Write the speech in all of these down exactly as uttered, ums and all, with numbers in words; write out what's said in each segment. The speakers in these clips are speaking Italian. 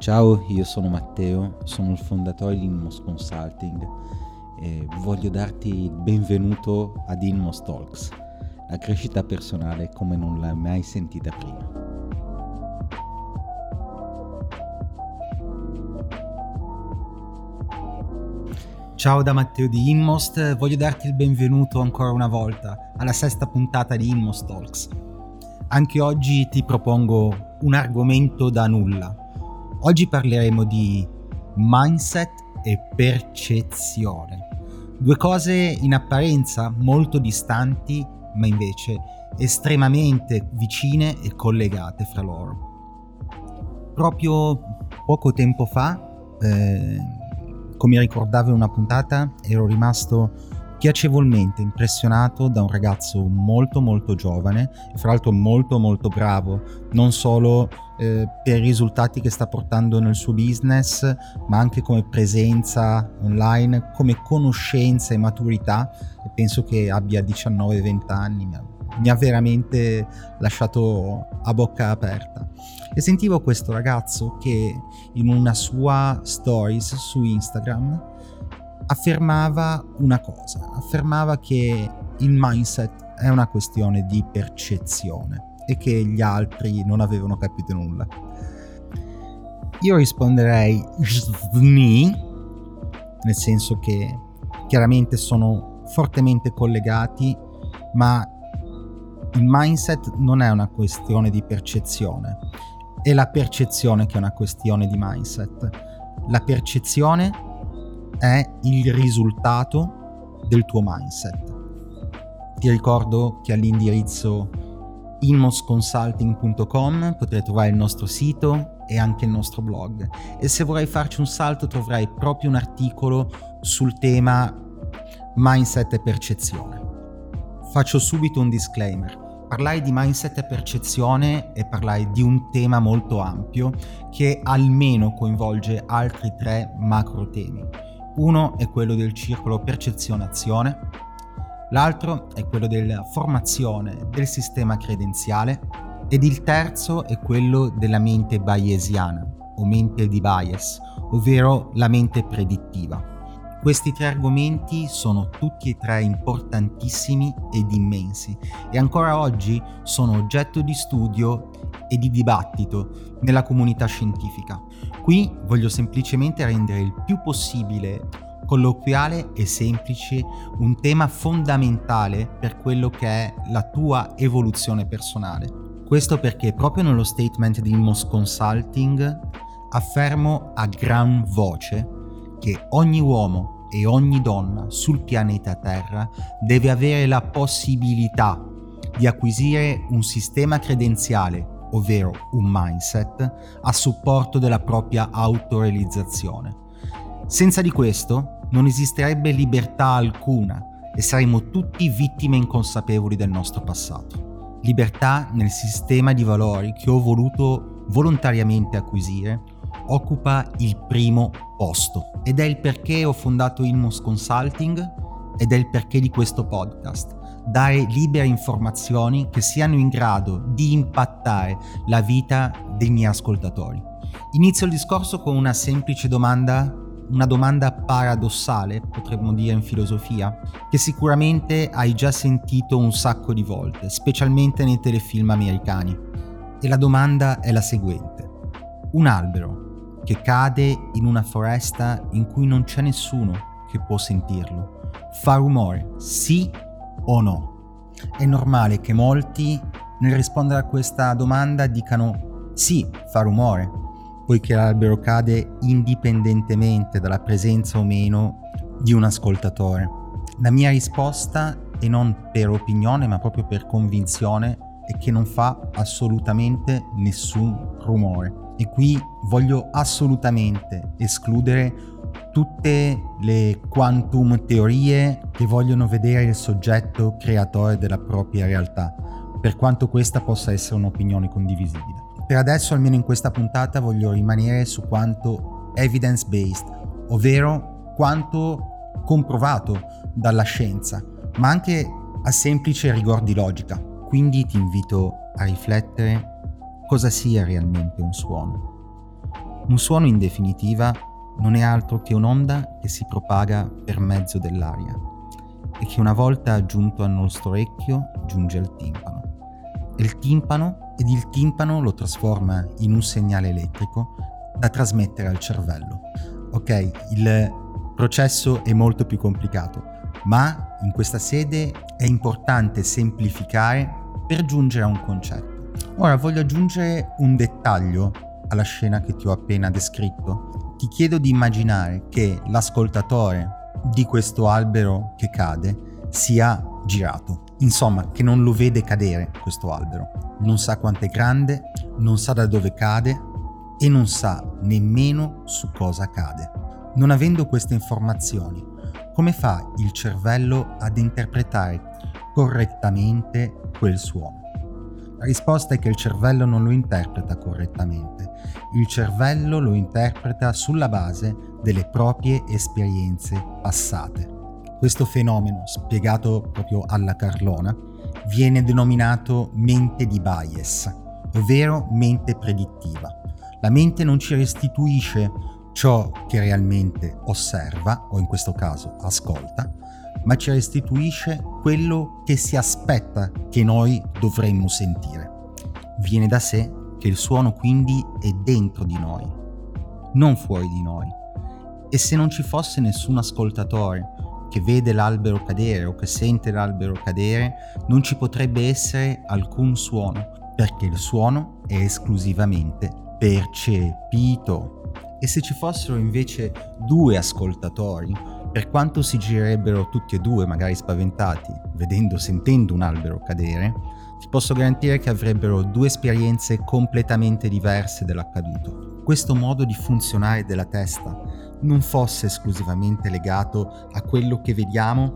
Ciao, io sono Matteo, sono il fondatore di Inmos Consulting e voglio darti il benvenuto ad Inmos Talks, la crescita personale come non l'hai mai sentita prima. Ciao da Matteo di Inmost, voglio darti il benvenuto ancora una volta alla sesta puntata di Inmos Talks. Anche oggi ti propongo un argomento da nulla. Oggi parleremo di mindset e percezione. Due cose in apparenza molto distanti, ma invece estremamente vicine e collegate fra loro. Proprio poco tempo fa, eh, come ricordavo in una puntata, ero rimasto piacevolmente impressionato da un ragazzo molto molto giovane e fra l'altro molto molto bravo, non solo eh, per i risultati che sta portando nel suo business, ma anche come presenza online, come conoscenza e maturità. E penso che abbia diciannove venti anni, mi ha, mi ha veramente lasciato a bocca aperta. E sentivo questo ragazzo che in una sua stories su Instagram affermava una cosa, affermava che il mindset è una questione di percezione e che gli altri non avevano capito nulla. Io risponderei sni, nel senso che chiaramente sono fortemente collegati, ma il mindset non è una questione di percezione, è la percezione che è una questione di mindset. La percezione è il risultato del tuo mindset. Ti ricordo che all'indirizzo inmos consulting punto com potrai trovare il nostro sito e anche il nostro blog, e se vorrai farci un salto troverai proprio un articolo sul tema mindset e percezione. Faccio subito un disclaimer. Parlare di mindset e percezione è parlare di un tema molto ampio che almeno coinvolge altri tre macro temi. Uno è quello del circolo percezione-azione, l'altro è quello della formazione del sistema credenziale ed il terzo è quello della mente bayesiana o mente di bias, ovvero la mente predittiva. Questi tre argomenti sono tutti e tre importantissimi ed immensi e ancora oggi sono oggetto di studio e di dibattito nella comunità scientifica. Qui voglio semplicemente rendere il più possibile colloquiale e semplice un tema fondamentale per quello che è la tua evoluzione personale. Questo perché proprio nello statement di Inmos Consulting affermo a gran voce che ogni uomo e ogni donna sul pianeta Terra deve avere la possibilità di acquisire un sistema credenziale, ovvero un mindset, a supporto della propria autorealizzazione. Senza di questo non esisterebbe libertà alcuna e saremmo tutti vittime inconsapevoli del nostro passato. Libertà nel sistema di valori che ho voluto volontariamente acquisire occupa il primo posto ed è il perché ho fondato Inmos Consulting ed è il perché di questo podcast: dare libere informazioni che siano in grado di impattare la vita dei miei ascoltatori. Inizio il discorso con una semplice domanda, una domanda paradossale, potremmo dire in filosofia, che sicuramente hai già sentito un sacco di volte, specialmente nei telefilm americani. E la domanda è la seguente: un albero che cade in una foresta in cui non c'è nessuno che può sentirlo, fa rumore, sì o no? È normale che molti nel rispondere a questa domanda dicano sì, fa rumore, poiché l'albero cade indipendentemente dalla presenza o meno di un ascoltatore. La mia risposta, e non per opinione ma proprio per convinzione, è che non fa assolutamente nessun rumore. E qui voglio assolutamente escludere tutte le quantum teorie che vogliono vedere il soggetto creatore della propria realtà, per quanto questa possa essere un'opinione condivisibile. Per adesso, almeno in questa puntata, voglio rimanere su quanto evidence-based, ovvero quanto comprovato dalla scienza, ma anche a semplice rigor di logica. Quindi ti invito a riflettere cosa sia realmente un suono. Un suono, in definitiva, non è altro che un'onda che si propaga per mezzo dell'aria e che una volta giunto al nostro orecchio giunge al timpano. E il timpano, ed il timpano lo trasforma in un segnale elettrico da trasmettere al cervello. Ok, il processo è molto più complicato, ma in questa sede è importante semplificare per giungere a un concetto. Ora voglio aggiungere un dettaglio alla scena che ti ho appena descritto. Ti chiedo di immaginare che l'ascoltatore di questo albero che cade sia girato. Insomma, che non lo vede cadere questo albero. Non sa quanto è grande, non sa da dove cade e non sa nemmeno su cosa cade. Non avendo queste informazioni, come fa il cervello ad interpretare correttamente quel suono? La risposta è che il cervello non lo interpreta correttamente. Il cervello lo interpreta sulla base delle proprie esperienze passate. Questo fenomeno, spiegato proprio alla Carlona, viene denominato mente di bias, ovvero mente predittiva. La mente non ci restituisce ciò che realmente osserva, o in questo caso ascolta, ma ci restituisce quello che si aspetta che noi dovremmo sentire. Viene da sé che il suono quindi è dentro di noi, non fuori di noi. E se non ci fosse nessun ascoltatore che vede l'albero cadere o che sente l'albero cadere, non ci potrebbe essere alcun suono, perché il suono è esclusivamente percepito. E se ci fossero invece due ascoltatori, per quanto si girerebbero tutti e due, magari spaventati, vedendo, sentendo un albero cadere, ti posso garantire che avrebbero due esperienze completamente diverse dell'accaduto. Questo modo di funzionare della testa non fosse esclusivamente legato a quello che vediamo,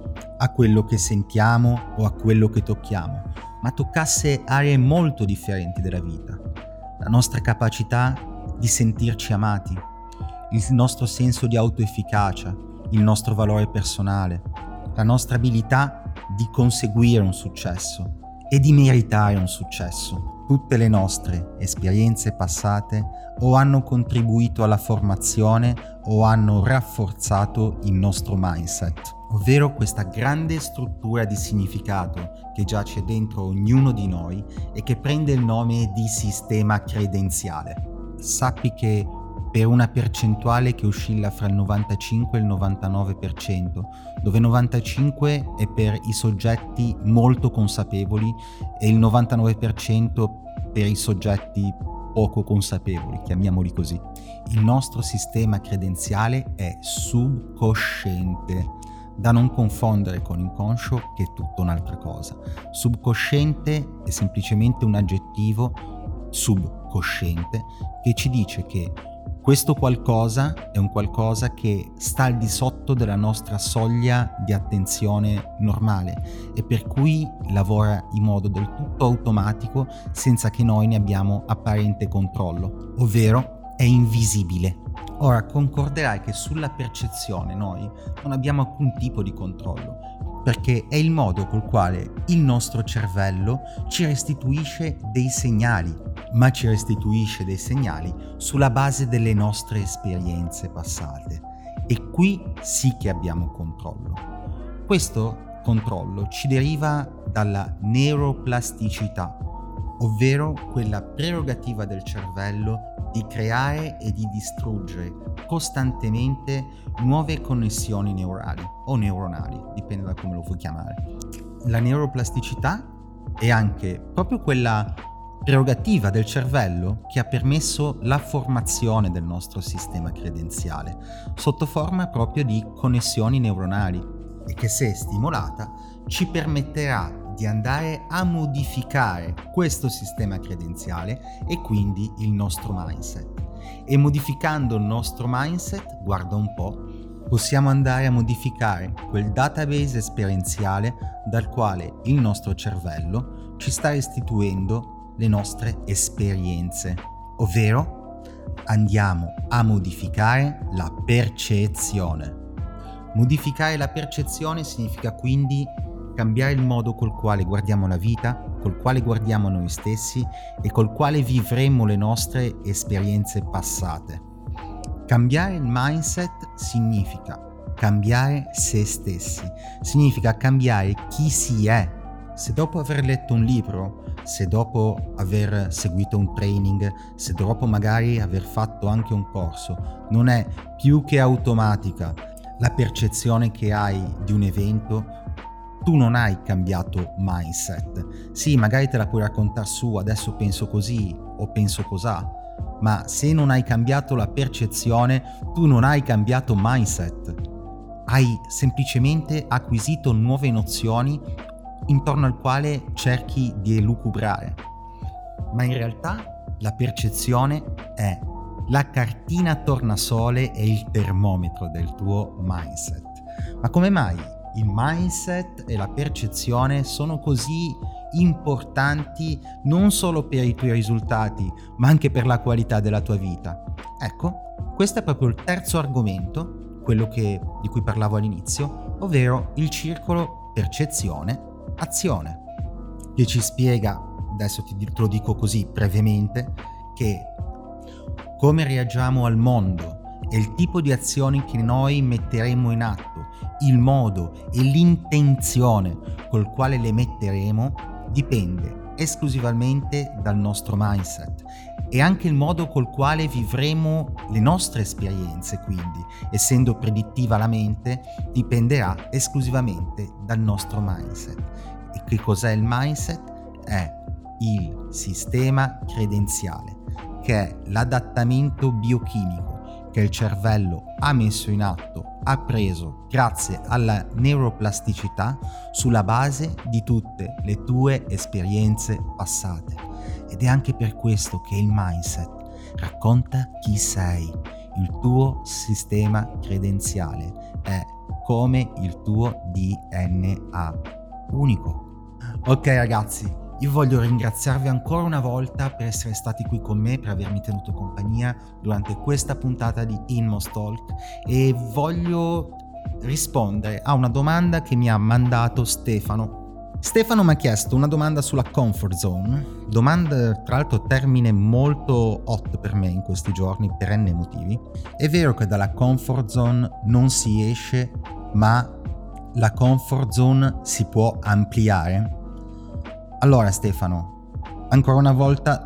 a quello che sentiamo o a quello che tocchiamo, ma toccasse aree molto differenti della vita. La nostra capacità di sentirci amati, il nostro senso di autoefficacia, il nostro valore personale, la nostra abilità di conseguire un successo e di meritare un successo. Tutte le nostre esperienze passate o hanno contribuito alla formazione o hanno rafforzato il nostro mindset, ovvero questa grande struttura di significato che giace dentro ognuno di noi e che prende il nome di sistema credenziale. Sappi che per una percentuale che oscilla fra il novantacinque e il novantanove per cento, dove novantacinque è per i soggetti molto consapevoli e il novantanove per cento per i soggetti poco consapevoli, chiamiamoli così. Il nostro sistema credenziale è subconsciente, da non confondere con inconscio, che è tutta un'altra cosa. Subconsciente è semplicemente un aggettivo subconsciente che ci dice che questo qualcosa è un qualcosa che sta al di sotto della nostra soglia di attenzione normale e per cui lavora in modo del tutto automatico senza che noi ne abbiamo apparente controllo, ovvero è invisibile. Ora concorderai che sulla percezione noi non abbiamo alcun tipo di controllo, perché è il modo col quale il nostro cervello ci restituisce dei segnali, ma ci restituisce dei segnali sulla base delle nostre esperienze passate. E qui sì che abbiamo controllo. Questo controllo ci deriva dalla neuroplasticità, ovvero quella prerogativa del cervello di creare e di distruggere costantemente nuove connessioni neurali o neuronali, dipende da come lo vuoi chiamare. La neuroplasticità è anche proprio quella prerogativa del cervello che ha permesso la formazione del nostro sistema credenziale sotto forma proprio di connessioni neuronali e che, se stimolata, ci permetterà di andare a modificare questo sistema credenziale e quindi il nostro mindset. E modificando il nostro mindset, guarda un po', possiamo andare a modificare quel database esperienziale dal quale il nostro cervello ci sta restituendo le nostre esperienze, ovvero andiamo a modificare la percezione. Modificare la percezione significa quindi cambiare il modo col quale guardiamo la vita, col quale guardiamo noi stessi e col quale vivremo le nostre esperienze passate. Cambiare il mindset significa cambiare se stessi, significa cambiare chi si è. Se dopo aver letto un libro, se dopo aver seguito un training, se dopo magari aver fatto anche un corso, non è più che automatica la percezione che hai di un evento, tu non hai cambiato mindset. Sì, magari te la puoi raccontare su, adesso penso così o penso cosà, ma se non hai cambiato la percezione, tu non hai cambiato mindset. Hai semplicemente acquisito nuove nozioni intorno al quale cerchi di elucubrare. Ma in realtà la percezione è la cartina tornasole e il termometro del tuo mindset. Ma come mai il mindset e la percezione sono così importanti non solo per i tuoi risultati, ma anche per la qualità della tua vita? Ecco, questo è proprio il terzo argomento, quello che, di cui parlavo all'inizio, ovvero il circolo percezione-azione, che ci spiega, adesso ti, te lo dico così brevemente, che come reagiamo al mondo e il tipo di azioni che noi metteremo in atto, il modo e l'intenzione col quale le metteremo dipende esclusivamente dal nostro mindset, e anche il modo col quale vivremo le nostre esperienze, quindi, essendo predittiva la mente, dipenderà esclusivamente dal nostro mindset. E che cos'è il mindset? È il sistema credenziale, che è l'adattamento biochimico che il cervello ha messo in atto, ha preso grazie alla neuroplasticità sulla base di tutte le tue esperienze passate. Ed è anche per questo che il mindset racconta chi sei. Il tuo sistema credenziale è come il tuo D N A unico. Ok ragazzi, io voglio ringraziarvi ancora una volta per essere stati qui con me, per avermi tenuto compagnia durante questa puntata di Inmost Talk, e voglio rispondere a una domanda che mi ha mandato Stefano. Stefano mi ha chiesto una domanda sulla comfort zone, domanda tra l'altro termine molto hot per me in questi giorni per n motivi. È vero che dalla comfort zone non si esce, ma la comfort zone si può ampliare? Allora Stefano, ancora una volta,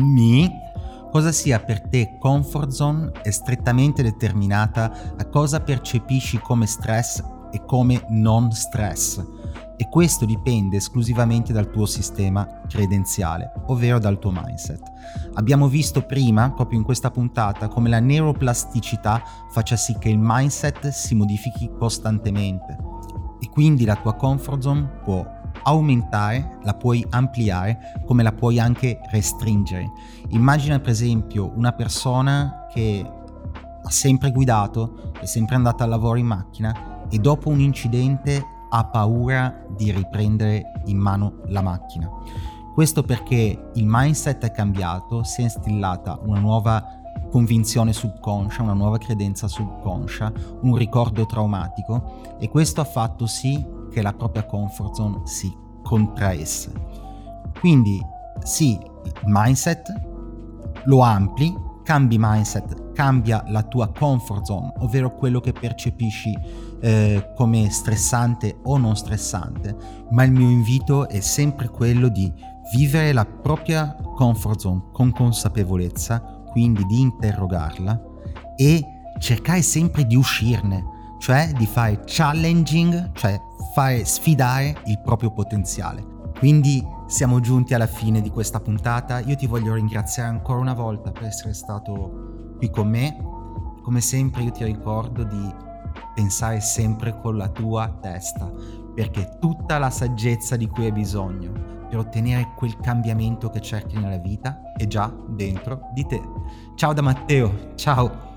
cosa sia per te comfort zone è strettamente determinata a cosa percepisci come stress e come non stress, e questo dipende esclusivamente dal tuo sistema credenziale, ovvero dal tuo mindset. Abbiamo visto prima, proprio in questa puntata, come la neuroplasticità faccia sì che il mindset si modifichi costantemente, e quindi la tua comfort zone può aumentare, la puoi ampliare, come la puoi anche restringere. Immagina per esempio una persona che ha sempre guidato, è sempre andata al lavoro in macchina e dopo un incidente ha paura di riprendere in mano la macchina. Questo perché il mindset è cambiato, si è instillata una nuova convinzione subconscia, una nuova credenza subconscia, un ricordo traumatico, e questo ha fatto sì che la propria comfort zone si contraesse. Quindi sì, il mindset lo ampli, cambi mindset, cambia la tua comfort zone, ovvero quello che percepisci eh, come stressante o non stressante, ma il mio invito è sempre quello di vivere la propria comfort zone con consapevolezza, quindi di interrogarla e cercare sempre di uscirne, cioè di fare challenging, cioè fare sfidare il proprio potenziale. Quindi siamo giunti alla fine di questa puntata. Io ti voglio ringraziare ancora una volta per essere stato qui con me. Come sempre io ti ricordo di pensare sempre con la tua testa, perché tutta la saggezza di cui hai bisogno per ottenere quel cambiamento che cerchi nella vita è già dentro di te. Ciao da Matteo, ciao!